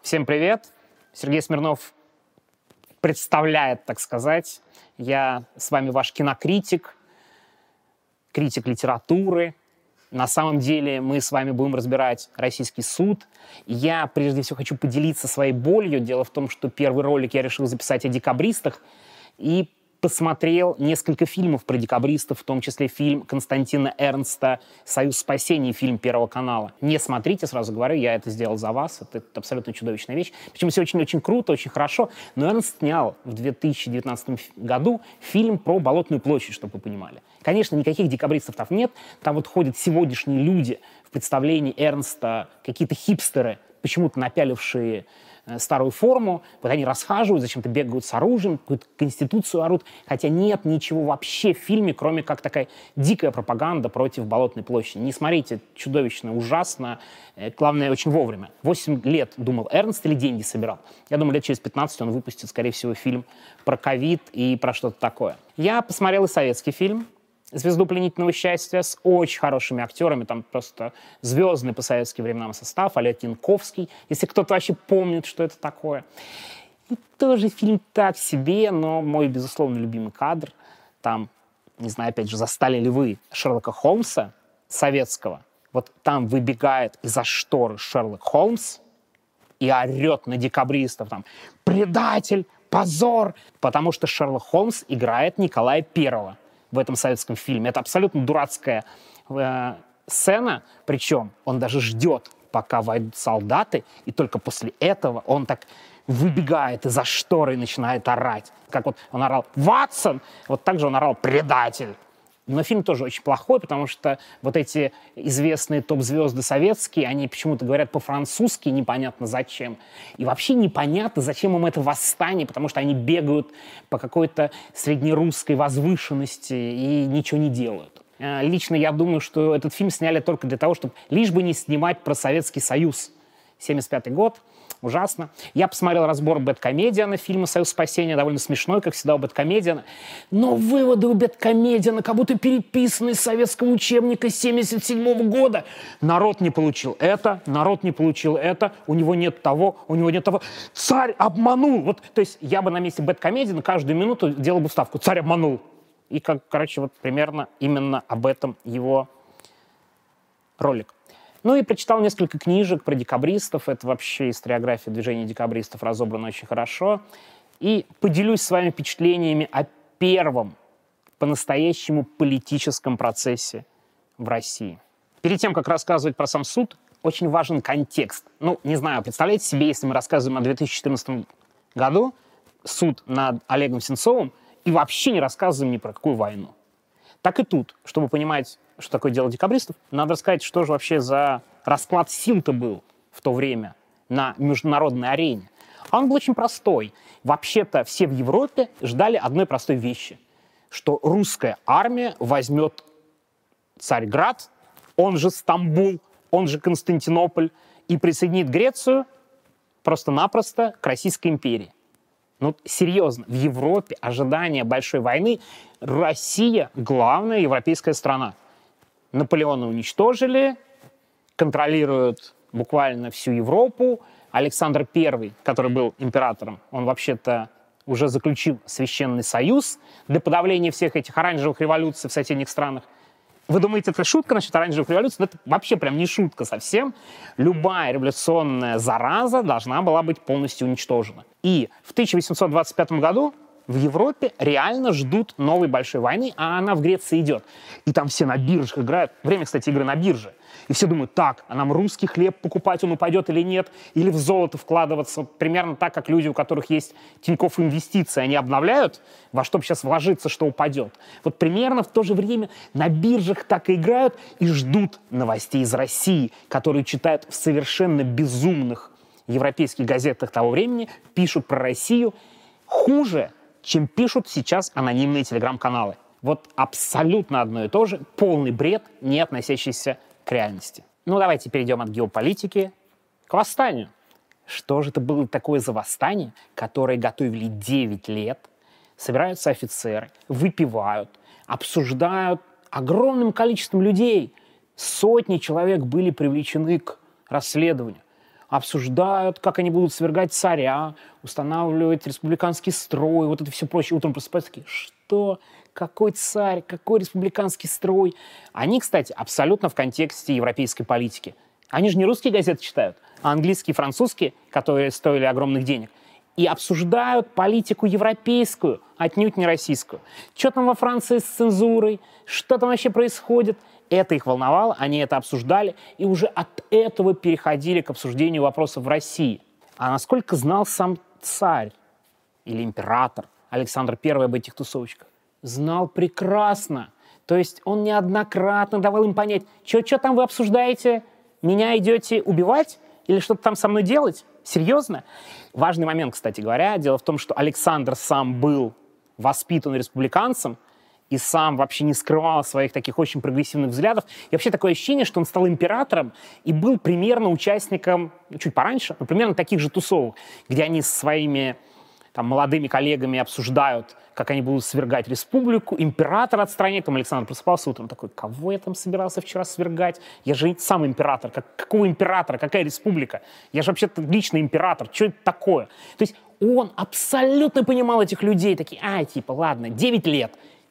Всем привет! Сергей Смирнов представляет, так сказать. Я с вами ваш кинокритик, критик литературы. На самом деле мы с вами будем разбирать «Российский суд». Я прежде всего хочу поделиться своей болью. Дело в том, что первый ролик я решил записать о декабристах и посмотрел несколько фильмов про декабристов, в том числе фильм Константина Эрнста «Союз спасения», фильм Первого канала. Не смотрите, сразу говорю, я это сделал за вас. Это абсолютно чудовищная вещь. Причем все очень-очень круто, очень хорошо. Но Эрнст снял в 2019 году фильм про Болотную площадь, чтобы вы понимали. Конечно, никаких декабристов там нет. Там вот ходят сегодняшние люди в представлении Эрнста, какие-то хипстеры, почему-то напялившие старую форму, вот они расхаживают, зачем-то бегают с оружием, какую-то конституцию орут, хотя нет ничего вообще в фильме, кроме как такая дикая пропаганда против Болотной площади. Не смотрите, чудовищно, ужасно, главное, очень вовремя. 8 лет думал Эрнст или деньги собирал. Я думаю, лет через 15 он выпустит, скорее всего, фильм про ковид и про что-то такое. Я посмотрел и советский фильм «Звезду пленительного счастья» с очень хорошими актерами, там просто звездный по советским временам состав, Олег Янковский, если кто-то вообще помнит, что это такое. И тоже фильм так себе, но мой, безусловно, любимый кадр, там, не знаю, опять же, застали ли вы Шерлока Холмса советского, вот там выбегает из-за шторы Шерлок Холмс и орет на декабристов, там, «Предатель! Позор!», потому что Шерлок Холмс играет Николая Первого в этом советском фильме. Это абсолютно дурацкая сцена, причем он даже ждет, пока войдут солдаты, и только после этого он так выбегает из-за шторы и начинает орать. Как вот он орал «Ватсон!», вот так же он орал «Предатель!». Но фильм тоже очень плохой, потому что вот эти известные топ-звезды советские, они почему-то говорят по-французски, непонятно зачем. И вообще непонятно, зачем им это восстание, потому что они бегают по какой-то среднерусской возвышенности и ничего не делают. Лично я думаю, что этот фильм сняли только для того, чтобы лишь бы не снимать про Советский Союз. 1975 год. Ужасно. Я посмотрел разбор Бэдкомедиана фильма «Союз спасения», довольно смешной, как всегда, у Бэдкомедиана. Но выводы у Бэдкомедиана как будто переписаны из советского учебника 1977 года. Народ не получил это, народ не получил это, у него нет того, у него нет того. Царь обманул. Вот, то есть я бы на месте Бэдкомедиана каждую минуту делал бы вставку «Царь обманул». И, короче, вот примерно именно об этом его ролик. Ну и прочитал несколько книжек про декабристов. Это вообще историография движения декабристов разобрана очень хорошо. И поделюсь с вами впечатлениями о первом по-настоящему политическом процессе в России. Перед тем, как рассказывать про сам суд, очень важен контекст. Ну, не знаю, представляете себе, если мы рассказываем о 2014 году, суд над Олегом Сенцовым, и вообще не рассказываем ни про какую войну. Так и тут, чтобы понимать, что такое дело декабристов, надо рассказать, что же вообще за расклад сил-то был в то время на международной арене. А он был очень простой. Вообще-то все в Европе ждали одной простой вещи, что русская армия возьмет Царьград, он же Стамбул, он же Константинополь, и присоединит Грецию просто-напросто к Российской империи. Ну, серьезно, в Европе ожидание большой войны, Россия — главная европейская страна. Наполеона уничтожили, контролируют буквально всю Европу. Александр I, который был императором, он вообще-то уже заключил Священный Союз для подавления всех этих оранжевых революций в соседних странах. Вы думаете, это шутка насчет оранжевых революций? Но это вообще прям не шутка совсем. Любая революционная зараза должна была быть полностью уничтожена. И в 1825 году в Европе реально ждут новой большой войны, а она в Греции идет. И там все на биржах играют. Время, кстати, игры на бирже. И все думают, так, а нам русский хлеб покупать, он упадет или нет? Или в золото вкладываться? Примерно так, как люди, у которых есть Тинькофф инвестиции, они обновляют, во что бы сейчас вложиться, что упадет. Вот примерно в то же время на биржах так и играют и ждут новостей из России, которые читают в совершенно безумных европейских газетах того времени, пишут про Россию хуже, чем пишут сейчас анонимные телеграм-каналы. Вот абсолютно одно и то же, полный бред, не относящийся к реальности. Ну, давайте перейдем от геополитики к восстанию. Что же это было такое за восстание, которое готовили 9 лет, собираются офицеры, выпивают, обсуждают огромным количеством людей. Сотни человек были привлечены к расследованию. обсуждают, как они будут свергать царя, устанавливать республиканский строй, вот это все прочее. Утром просыпаются такие, что? Какой царь? Какой республиканский строй? Они, кстати, абсолютно в контексте европейской политики. Они же не русские газеты читают, а английские и французские, которые стоили огромных денег. И обсуждают политику европейскую, отнюдь не российскую. Что там во Франции с цензурой? Что там вообще происходит? Это их волновало, они это обсуждали, и уже от этого переходили к обсуждению вопросов в России. А насколько знал сам царь или император Александр I об этих тусовочках? Знал прекрасно. То есть он неоднократно давал им понять, что там вы обсуждаете? Меня идете убивать или что-то там со мной делать? Серьезно? Важный момент, кстати говоря. Дело в том, что Александр сам был воспитан республиканцем, и сам вообще не скрывал своих таких очень прогрессивных взглядов. И вообще такое ощущение, что он стал императором и был примерно участником, чуть пораньше, но примерно таких же тусовок, где они со своими там, молодыми коллегами обсуждают, как они будут свергать республику, императора отстранять. Там Александр просыпался утром такой, кого я там собирался вчера свергать? Я же сам император. Какого императора? Какая республика? Я же вообще-то лично император. Что это такое? То есть он абсолютно понимал этих людей. Такие, типа, ладно, 9 лет.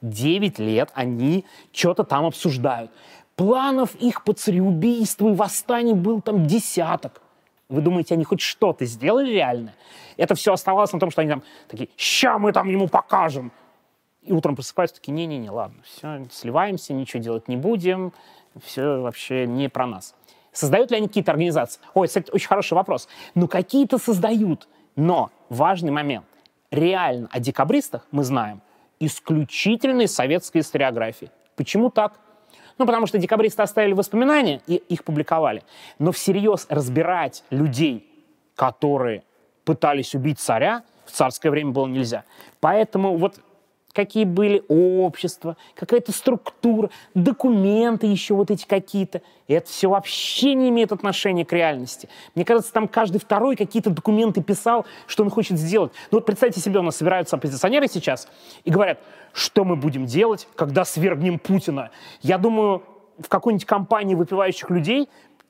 9 лет они что-то там обсуждают. Планов их по цареубийству и восстанию был там десяток. Вы думаете, они хоть что-то сделали реально? Это все оставалось на том, что они там такие, ща мы там ему покажем. И утром просыпаются такие, не-не-не, ладно, все, сливаемся, ничего делать не будем, все вообще не про нас. Создают ли они какие-то организации? Ой, кстати, очень хороший вопрос. Ну, какие-то создают. Но важный момент. Реально о декабристах мы знаем исключительно из советской историографии. Почему так? Ну, потому что декабристы оставили воспоминания и их публиковали. Но всерьез разбирать людей, которые пытались убить царя, в царское время было нельзя. Поэтому вот какие были общества, какая-то структура, документы еще вот эти какие-то. И это все вообще не имеет отношения к реальности. Мне кажется, там каждый второй какие-то документы писал, что он хочет сделать. Ну вот представьте себе, у нас собираются оппозиционеры сейчас и говорят, что мы будем делать, когда свергнем Путина. Я думаю, в какой-нибудь компании выпивающих людей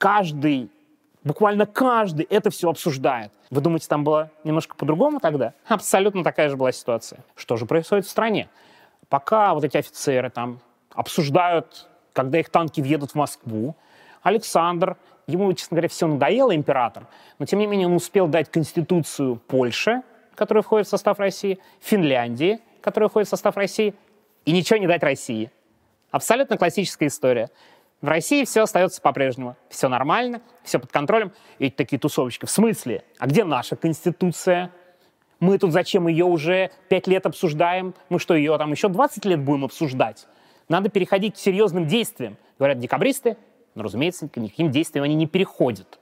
буквально каждый это все обсуждает. Вы думаете, там было немножко по-другому тогда? Абсолютно такая же была ситуация. Что же происходит в стране? Пока вот эти офицеры там обсуждают, когда их танки въедут в Москву, Александр, ему, честно говоря, все надоело, император, но тем не менее он успел дать конституцию Польши, которая входит в состав России, Финляндии, которая входит в состав России, и ничего не дать России. Абсолютно классическая история. В России все остается по-прежнему. Все нормально, все под контролем. И такие тусовочки. В смысле? А где наша Конституция? Мы тут зачем ее уже 5 лет обсуждаем? Мы что, ее там еще 20 лет будем обсуждать? Надо переходить к серьезным действиям. Говорят декабристы, но, разумеется, к никаким действиям они не переходят.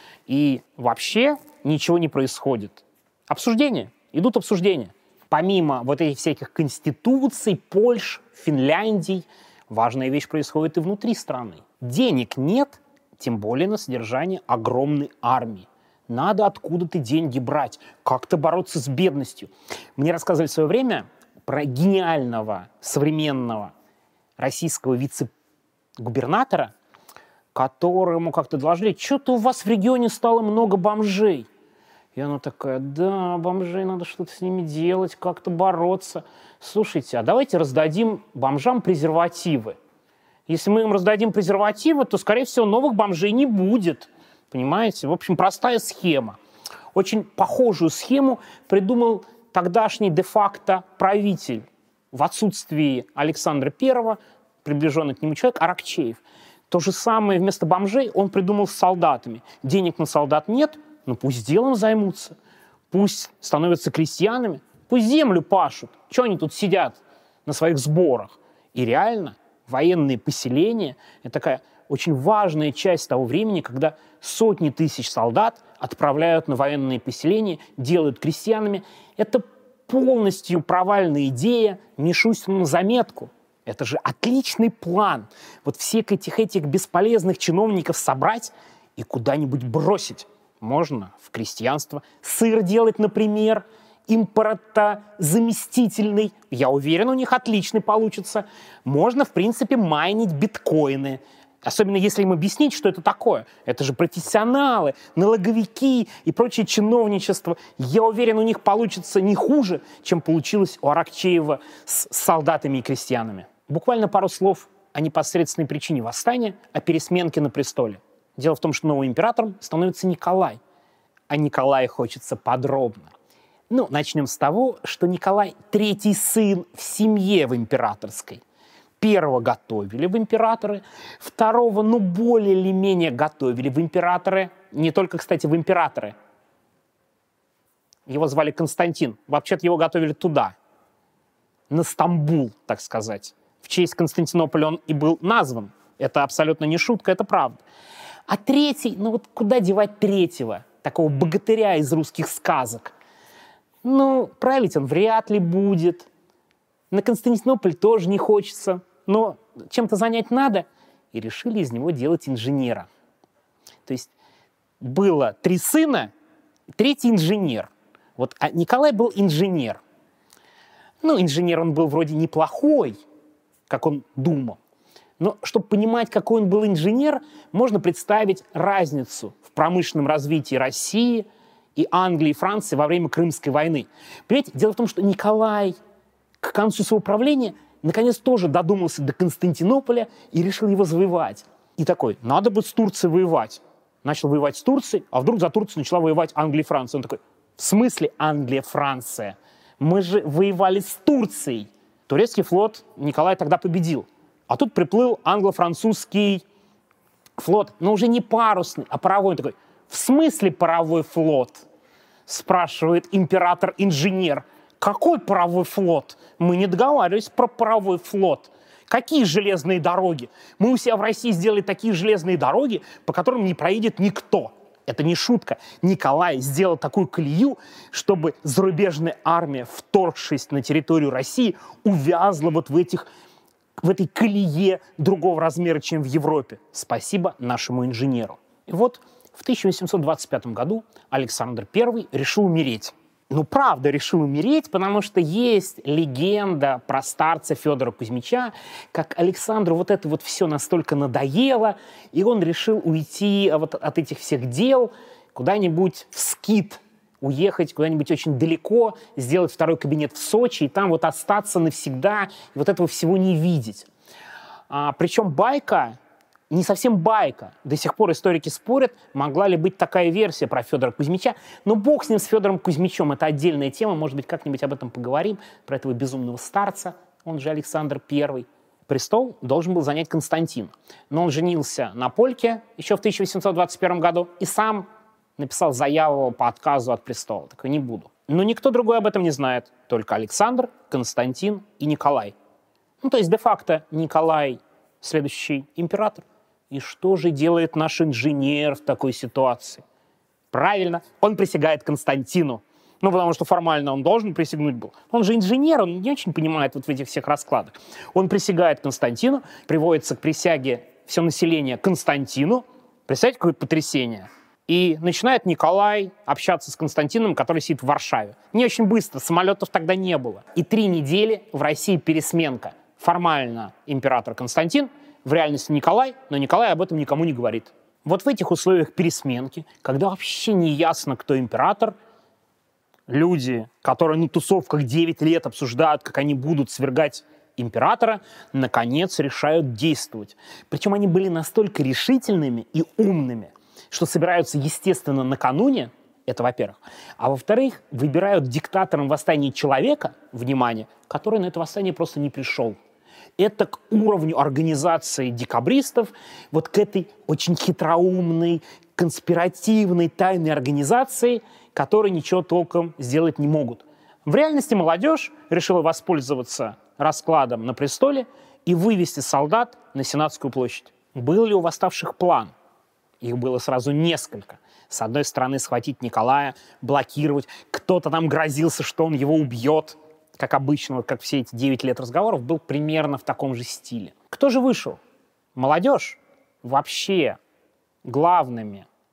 И вообще ничего не происходит. Обсуждения. Идут обсуждения. Помимо вот этих всяких конституций, Польш, Финляндий, важная вещь происходит и внутри страны. Денег нет, тем более на содержание огромной армии. Надо откуда-то деньги брать, как-то бороться с бедностью. Мне рассказывали в свое время про гениального современного российского вице-губернатора, которому как-то доложили, что-то у вас в регионе стало много бомжей. И она такая, да, бомжей, надо что-то с ними делать, как-то бороться. Слушайте, а давайте раздадим бомжам презервативы. Если мы им раздадим презервативы, то, скорее всего, новых бомжей не будет. Понимаете? В общем, простая схема. Очень похожую схему придумал тогдашний де-факто правитель в отсутствии Александра I, приближенный к нему человек, Аракчеев. То же самое вместо бомжей он придумал с солдатами. Денег на солдат нет, ну пусть делом займутся, пусть становятся крестьянами, пусть землю пашут. Чего они тут сидят на своих сборах? И реально военные поселения – это такая очень важная часть того времени, когда сотни тысяч солдат отправляют на военные поселения, делают крестьянами. Это полностью провальная идея, Мишустину на заметку. Это же отличный план. Вот всех этих бесполезных чиновников собрать и куда-нибудь бросить. Можно в крестьянство. Сыр делать, например, импортозаместительный. Я уверен, у них отличный получится. Можно, в принципе, майнить биткоины. Особенно если им объяснить, что это такое. Это же профессионалы, налоговики и прочее чиновничество. Я уверен, у них получится не хуже, чем получилось у Аракчеева с солдатами и крестьянами. Буквально пару слов о непосредственной причине восстания, о пересменке на престоле. Дело в том, что новым императором становится Николай. О Николае хочется подробно. Начнем с того, что Николай – третий сын в семье в императорской. Первого готовили в императоры, второго, более или менее готовили в императоры. Не только, кстати, в императоры. Его звали Константин. Вообще-то его готовили туда, на Стамбул, так сказать. В честь Константинополя он и был назван. Это абсолютно не шутка, это правда. А третий, куда девать третьего, такого богатыря из русских сказок? Править он вряд ли будет. На Константинополь тоже не хочется. Но чем-то занять надо. И решили из него делать инженера. То есть было 3 сына, третий инженер. А Николай был инженер. Инженер он был вроде неплохой, как он думал. Но чтобы понимать, какой он был инженер, можно представить разницу в промышленном развитии России и Англии, и Франции во время Крымской войны. Понимаете, дело в том, что Николай к концу своего правления наконец тоже додумался до Константинополя и решил его завоевать. И такой, надо бы с Турцией воевать. Начал воевать с Турцией, а вдруг за Турцию начала воевать Англия и Франция. Он такой, в смысле Англия, Франция? Мы же воевали с Турцией. Турецкий флот Николай тогда победил. А тут приплыл англо-французский флот, но уже не парусный, а паровой. Он такой, в смысле паровой флот? Спрашивает император-инженер. Какой паровой флот? Мы не договаривались про паровой флот. Какие железные дороги? Мы у себя в России сделали такие железные дороги, по которым не проедет никто. Это не шутка. Николай сделал такую колею, чтобы зарубежная армия, вторгшись на территорию России, увязла в этой колее другого размера, чем в Европе. Спасибо нашему инженеру. И в 1825 году Александр I решил умереть. Правда, решил умереть, потому что есть легенда про старца Федора Кузьмича, как Александру это все настолько надоело, и он решил уйти от этих всех дел куда-нибудь в скит, уехать куда-нибудь очень далеко, сделать второй кабинет в Сочи, и там остаться навсегда, и этого всего не видеть. Причем байка, не совсем байка. До сих пор историки спорят, могла ли быть такая версия про Федора Кузьмича. Но бог с ним, с Федором Кузьмичем, это отдельная тема, может быть, как-нибудь об этом поговорим, про этого безумного старца, он же Александр I. Престол должен был занять Константин. Но он женился на польке еще в 1821 году и сам написал заяву по отказу от престола. Так и не буду. Но никто другой об этом не знает. Только Александр, Константин и Николай. То есть де-факто Николай следующий император. И что же делает наш инженер в такой ситуации? Правильно, он присягает Константину. Потому что формально он должен присягнуть был. Он же инженер, он не очень понимает в этих всех раскладах. Он присягает Константину, приводится к присяге все население Константину. Представляете, какое потрясение? И начинает Николай общаться с Константином, который сидит в Варшаве. Не очень быстро, самолетов тогда не было. И 3 недели в России пересменка. Формально император Константин, в реальности Николай, но Николай об этом никому не говорит. В этих условиях пересменки, когда вообще не ясно, кто император, люди, которые на тусовках 9 лет обсуждают, как они будут свергать императора, наконец решают действовать. Причем они были настолько решительными и умными, что собираются, естественно, накануне, это во-первых, а во-вторых, выбирают диктатором восстания человека, внимание, который на это восстание просто не пришел. Это к уровню организации декабристов, к этой очень хитроумной, конспиративной, тайной организации, которые ничего толком сделать не могут. В реальности молодежь решила воспользоваться раскладом на престоле и вывести солдат на Сенатскую площадь. Был ли у восставших план? Их было сразу несколько. С одной стороны, схватить Николая, блокировать. Кто-то там грозился, что он его убьет. Как обычно, как все эти 9 лет разговоров, был примерно в таком же стиле. Кто же вышел? Молодежь. Вообще главными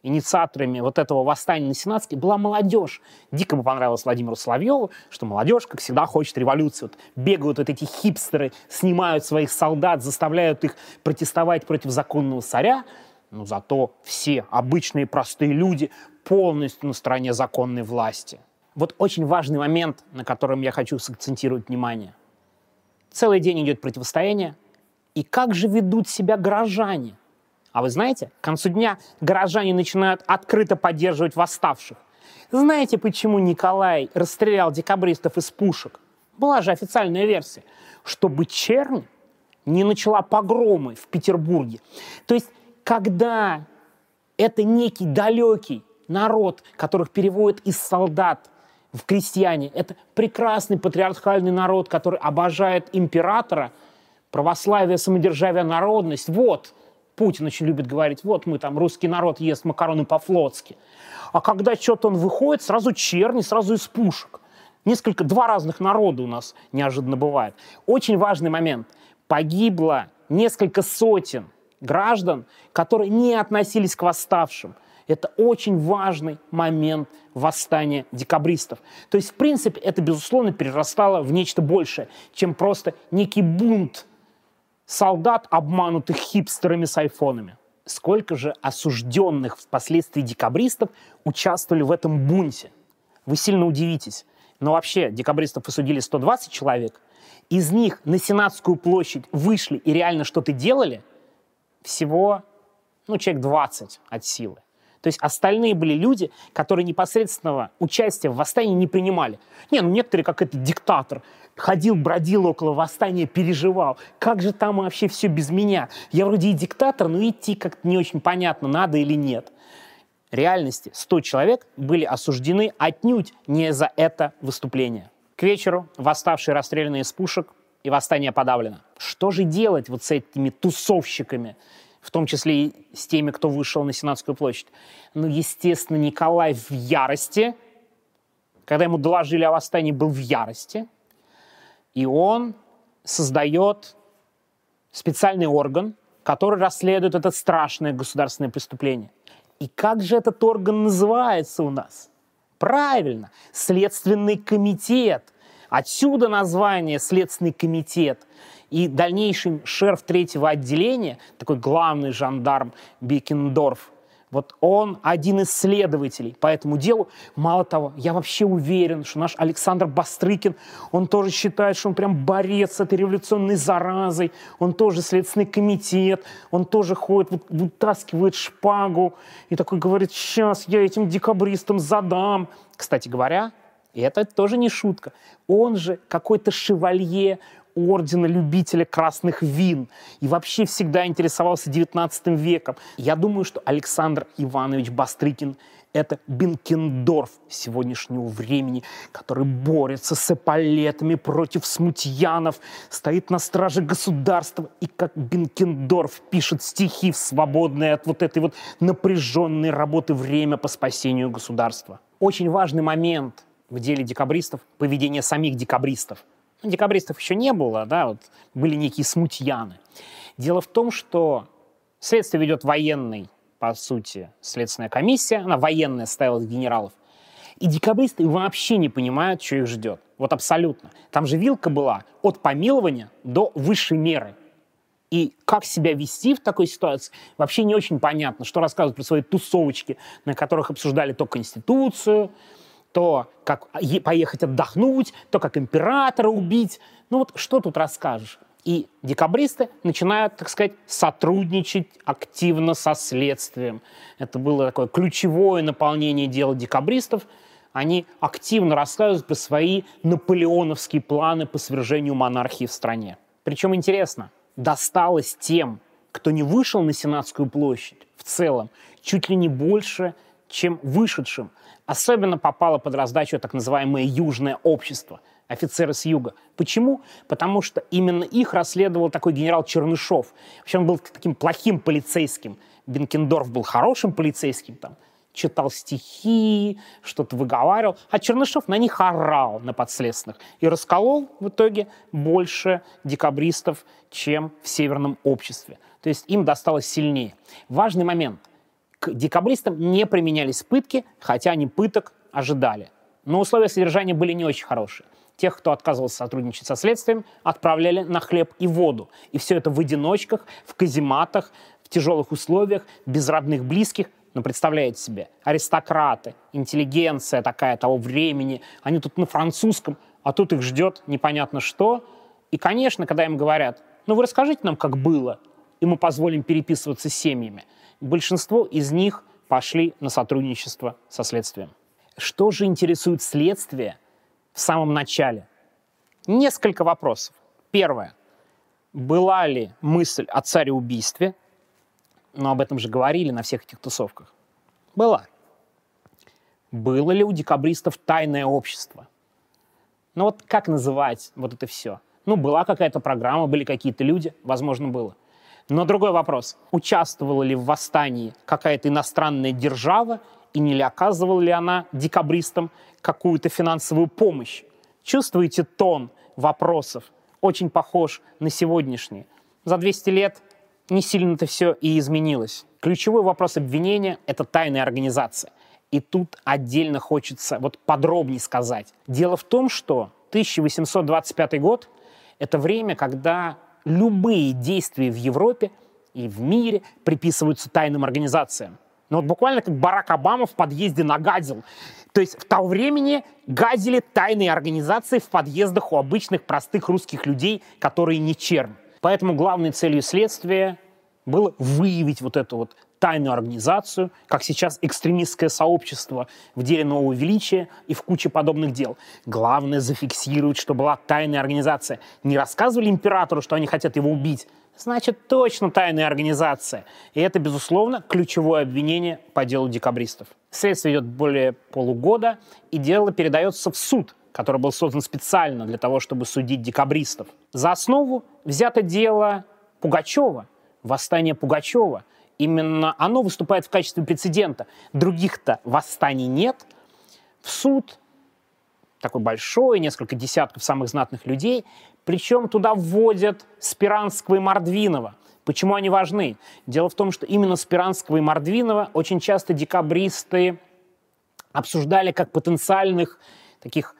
инициаторами вот этого восстания на Сенатской была молодежь. Дико бы понравилось Владимиру Соловьеву, что молодежь, как всегда, хочет революции. Вот бегают вот эти хипстеры, снимают своих солдат, заставляют их протестовать против законного царя, но зато все обычные простые люди полностью на стороне законной власти. Вот очень важный момент, на котором я хочу сакцентировать внимание. Целый день идет противостояние, и как же ведут себя горожане? А вы знаете, к концу дня горожане начинают открыто поддерживать восставших. Знаете, почему Николай расстрелял декабристов из пушек? Была же официальная версия, чтобы чернь не начала погромы в Петербурге. То есть, когда это некий далекий народ, которых переводят из солдат в крестьяне, это прекрасный патриархальный народ, который обожает императора, православие, самодержавие, народность. Вот, Путин очень любит говорить, вот мы там, русский народ ест макароны по-флотски. А когда что-то он выходит, сразу черни, сразу из пушек. Два разных народа у нас неожиданно бывает. Очень важный момент. Погибло несколько сотен граждан, которые не относились к восставшим. Это очень важный момент восстания декабристов. То есть, в принципе, это, безусловно, перерастало в нечто большее, чем просто некий бунт солдат, обманутых хипстерами с айфонами. Сколько же осужденных впоследствии декабристов участвовали в этом бунте? Вы сильно удивитесь. Но вообще декабристов осудили 120 человек. Из них на Сенатскую площадь вышли и реально что-то делали всего, человек 20 от силы. То есть остальные были люди, которые непосредственного участия в восстании не принимали. Некоторые, как этот диктатор, ходил, бродил около восстания, переживал. Как же там вообще все без меня? Я вроде и диктатор, но идти как-то не очень понятно, надо или нет. В реальности 100 человек были осуждены отнюдь не за это выступление. К вечеру восставшие расстреляны из пушек, и восстание подавлено. Что же делать вот с этими тусовщиками, в том числе и с теми, кто вышел на Сенатскую площадь? Естественно, Николай в ярости. Когда ему доложили о восстании, был в ярости. И он создает специальный орган, который расследует это страшное государственное преступление. И как же этот орган называется у нас? Правильно, Следственный комитет. Отсюда название Следственный комитет. И дальнейший шериф 3-го отделения, такой главный жандарм Беккендорф, вот он один из следователей по этому делу. Мало того, я вообще уверен, что наш Александр Бастрыкин, он тоже считает, что он прям борец с этой революционной заразой, он тоже Следственный комитет, он тоже ходит, вытаскивает шпагу и такой говорит, сейчас я этим декабристам задам. Кстати говоря, это тоже не шутка. Он же какой-то шевалье ордена любителя красных вин и вообще всегда интересовался XIX веком. Я думаю, что Александр Иванович Бастрыкин — это Бенкендорф сегодняшнего времени, который борется с эполетами против смутьянов, стоит на страже государства и как Бенкендорф пишет стихи в свободное от вот этой вот напряженной работы время по спасению государства. Очень важный момент в деле декабристов — поведение самих декабристов. Декабристов еще не было, были некие смутьяны. Дело в том, что следствие ведет военный, по сути, следственная комиссия, она военная, состояла из генералов. И декабристы вообще не понимают, что их ждет. Вот абсолютно. Там же вилка была от помилования до высшей меры. И как себя вести в такой ситуации, вообще не очень понятно, что рассказывают про свои тусовочки, на которых обсуждали то Конституцию, то как поехать отдохнуть, то как императора убить. Что тут расскажешь? И декабристы начинают, так сказать, сотрудничать активно со следствием. Это было такое ключевое наполнение дела декабристов. Они активно рассказывают про свои наполеоновские планы по свержению монархии в стране. Причем интересно, досталось тем, кто не вышел на Сенатскую площадь в целом, чуть ли не больше, чем вышедшим. Особенно попало под раздачу так называемое «южное общество», офицеры с юга. Почему? Потому что именно их расследовал такой генерал Чернышов. Вообще он был таким плохим полицейским. Бенкендорф был хорошим полицейским, читал стихи, что-то выговаривал, а Чернышов на них орал, на подследственных, и расколол в итоге больше декабристов, чем в Северном обществе. То есть им досталось сильнее. Важный момент. К декабристам не применялись пытки, хотя они пыток ожидали. Но условия содержания были не очень хорошие. Тех, кто отказывался сотрудничать со следствием, отправляли на хлеб и воду. И все это в одиночках, в казематах, в тяжелых условиях, без родных, близких. Но представляете себе, аристократы, интеллигенция такая того времени, они тут на французском, а тут их ждет непонятно что. И, конечно, когда им говорят, ну вы расскажите нам, как было, и мы позволим переписываться с семьями, большинство из них пошли на сотрудничество со следствием. Что же интересует следствие в самом начале? Несколько вопросов. Первое. Была ли мысль о цареубийстве? Но об этом же говорили на всех этих тусовках. Была. Было ли у декабристов тайное общество? Ну вот как называть вот это все? Ну, была какая-то программа, были какие-то люди, возможно, было. Но другой вопрос. Участвовала ли в восстании какая-то иностранная держава, и не ли оказывала ли она декабристам какую-то финансовую помощь? Чувствуете тон вопросов? Очень похож на сегодняшний. За 200 лет не сильно-то все и изменилось. Ключевой вопрос обвинения – это тайная организация. И тут отдельно хочется вот подробнее сказать. Дело в том, что 1825 год – это время, когда любые действия в Европе и в мире приписываются тайным организациям. Ну вот буквально как Барак Обама в подъезде нагадил. То есть в то времени гадили тайные организации в подъездах у обычных простых русских людей, которые не чернь. Поэтому главной целью следствия было выявить вот эту вот тайную организацию, как сейчас экстремистское сообщество в деле Нового Величия и в куче подобных дел. Главное зафиксировать, что была тайная организация. Не рассказывали императору, что они хотят его убить. Значит, точно тайная организация. И это, безусловно, ключевое обвинение по делу декабристов. Следствие идет более полугода, и дело передается в суд, который был создан специально для того, чтобы судить декабристов. За основу взято дело Пугачева, восстание Пугачева. Именно оно выступает в качестве прецедента. Других-то восстаний нет. В суд такой большой, несколько десятков самых знатных людей, причем туда вводят Спиранского и Мордвинова. Почему они важны? Дело в том, что именно Спиранского и Мордвинова очень часто декабристы обсуждали как потенциальных таких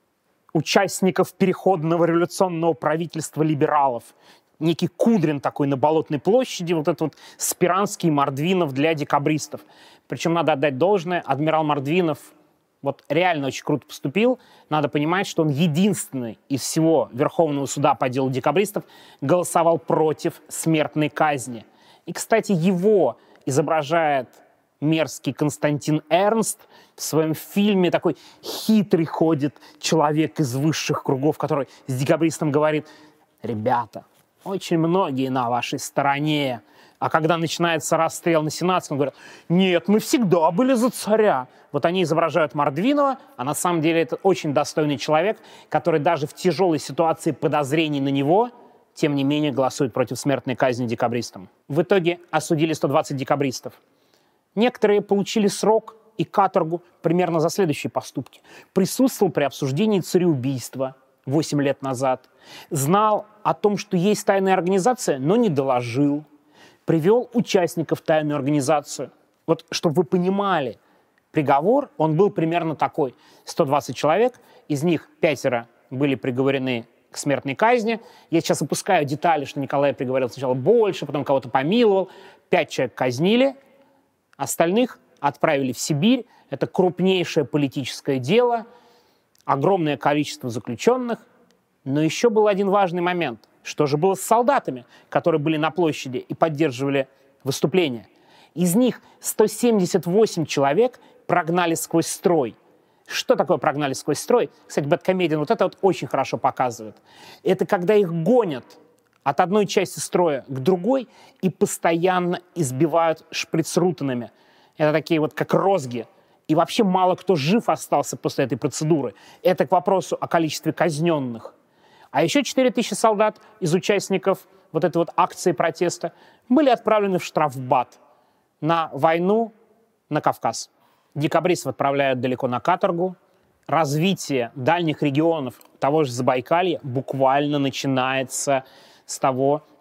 участников переходного революционного правительства либералов. Некий Кудрин такой на Болотной площади, вот этот вот Спиранский и Мордвинов для декабристов. Причем надо отдать должное, адмирал Мордвинов вот реально очень круто поступил. Надо понимать, что он единственный из всего Верховного суда по делу декабристов голосовал против смертной казни. И, кстати, его изображает мерзкий Константин Эрнст в своем фильме. Такой хитрый ходит человек из высших кругов, который с декабристом говорит: «Ребята, очень многие на вашей стороне». А когда начинается расстрел на Сенатском, говорят: «Нет, мы всегда были за царя». Вот они изображают Мордвинова, а на самом деле это очень достойный человек, который даже в тяжелой ситуации подозрений на него, тем не менее, голосует против смертной казни декабристам. В итоге осудили 120 декабристов. Некоторые получили срок и каторгу примерно за следующие поступки. Присутствовал при обсуждении цареубийства 8 лет назад. Знал о том, что есть тайная организация, но не доложил. Привел участников в тайную организацию. Вот, чтобы вы понимали, приговор, он был примерно такой. 120 человек, из них 5 были приговорены к смертной казни. Я сейчас опускаю детали, что Николай приговорил сначала больше, потом кого-то помиловал. 5 человек казнили, остальных отправили в Сибирь. Это крупнейшее политическое дело, огромное количество заключенных. Но еще был один важный момент. Что же было с солдатами, которые были на площади и поддерживали выступление? Из них 178 человек прогнали сквозь строй. Что такое прогнали сквозь строй? Кстати, Бэдкомедиан вот это вот очень хорошо показывает. Это когда их гонят от одной части строя к другой и постоянно избивают шприцрутенами. Это такие вот как розги. И вообще мало кто жив остался после этой процедуры. Это к вопросу о количестве казненных. А еще 4000 солдат из участников вот этой вот акции протеста были отправлены в штрафбат на войну на Кавказ. Декабристов отправляют далеко на каторгу. Развитие дальних регионов того же Забайкалья буквально начинается с того,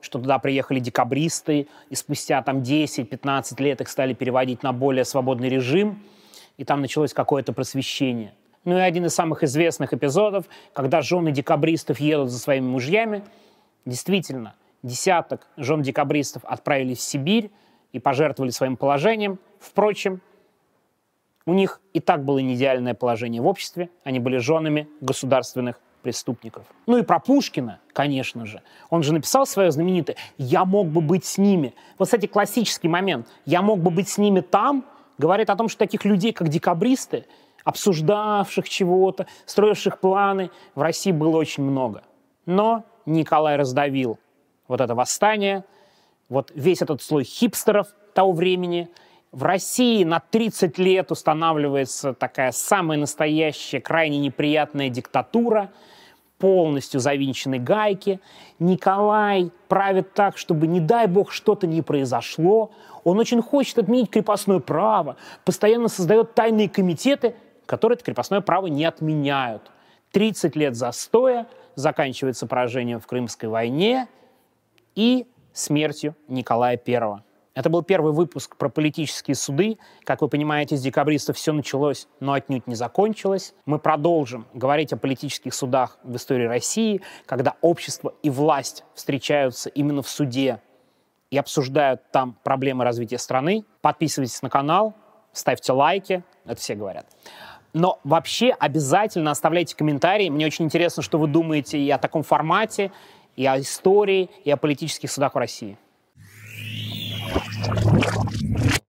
что туда приехали декабристы, и спустя там 10-15 лет их стали переводить на более свободный режим, и там началось какое-то просвещение. Ну и один из самых известных эпизодов, когда жены декабристов едут за своими мужьями, действительно, десяток жен декабристов отправились в Сибирь и пожертвовали своим положением. Впрочем, у них и так было не идеальное положение в обществе, они были женами государственных преступников. Ну и про Пушкина, конечно же. Он же написал свое знаменитое «Я мог бы быть с ними». Вот, кстати, классический момент «Я мог бы быть с ними там» говорит о том, что таких людей, как декабристы, обсуждавших чего-то, строивших планы, в России было очень много. Но Николай раздавил вот это восстание, вот весь этот слой хипстеров того времени. В России на 30 лет устанавливается такая самая настоящая, крайне неприятная диктатура, полностью завинчены гайки. Николай правит так, чтобы, не дай бог, что-то не произошло. Он очень хочет отменить крепостное право, постоянно создает тайные комитеты, которые это крепостное право не отменяют. 30 лет застоя, заканчивается поражением в Крымской войне и смертью Николая I. Это был первый выпуск про политические суды. Как вы понимаете, с декабристов все началось, но отнюдь не закончилось. Мы продолжим говорить о политических судах в истории России, когда общество и власть встречаются именно в суде и обсуждают там проблемы развития страны. Подписывайтесь на канал, ставьте лайки, это все говорят. Но вообще обязательно оставляйте комментарии. Мне очень интересно, что вы думаете и о таком формате, и о истории, и о политических судах в России.